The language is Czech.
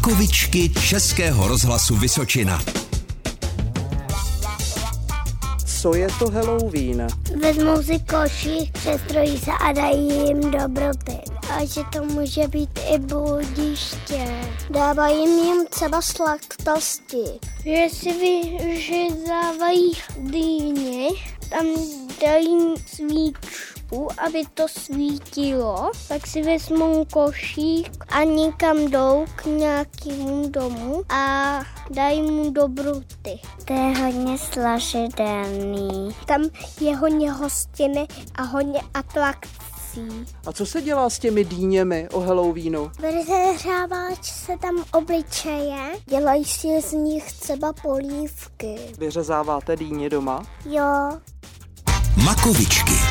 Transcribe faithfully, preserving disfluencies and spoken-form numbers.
Makovičky Českého rozhlasu Vysočina. Co je to Halloween? Vezmou si košík, přestrojí se a dají jim dobroty. A že to může být i bludiště. Dávají jim třeba sladkosti. Že si vyřezávají dýně, tam dají svíčku, aby to svítilo. Tak si vezmou košík a někam jdou k nějakému domu a dají mu dobroty. To je hodně slažidelný. Tam je hodně hostiny a hodně atrakcí. A co se dělá s těmi dýněmi o Halloweenu? Vyřezávají se tam obličeje, dělají si z nich třeba polívky. Vyřezáváte dýně doma? Jo. Makovičky.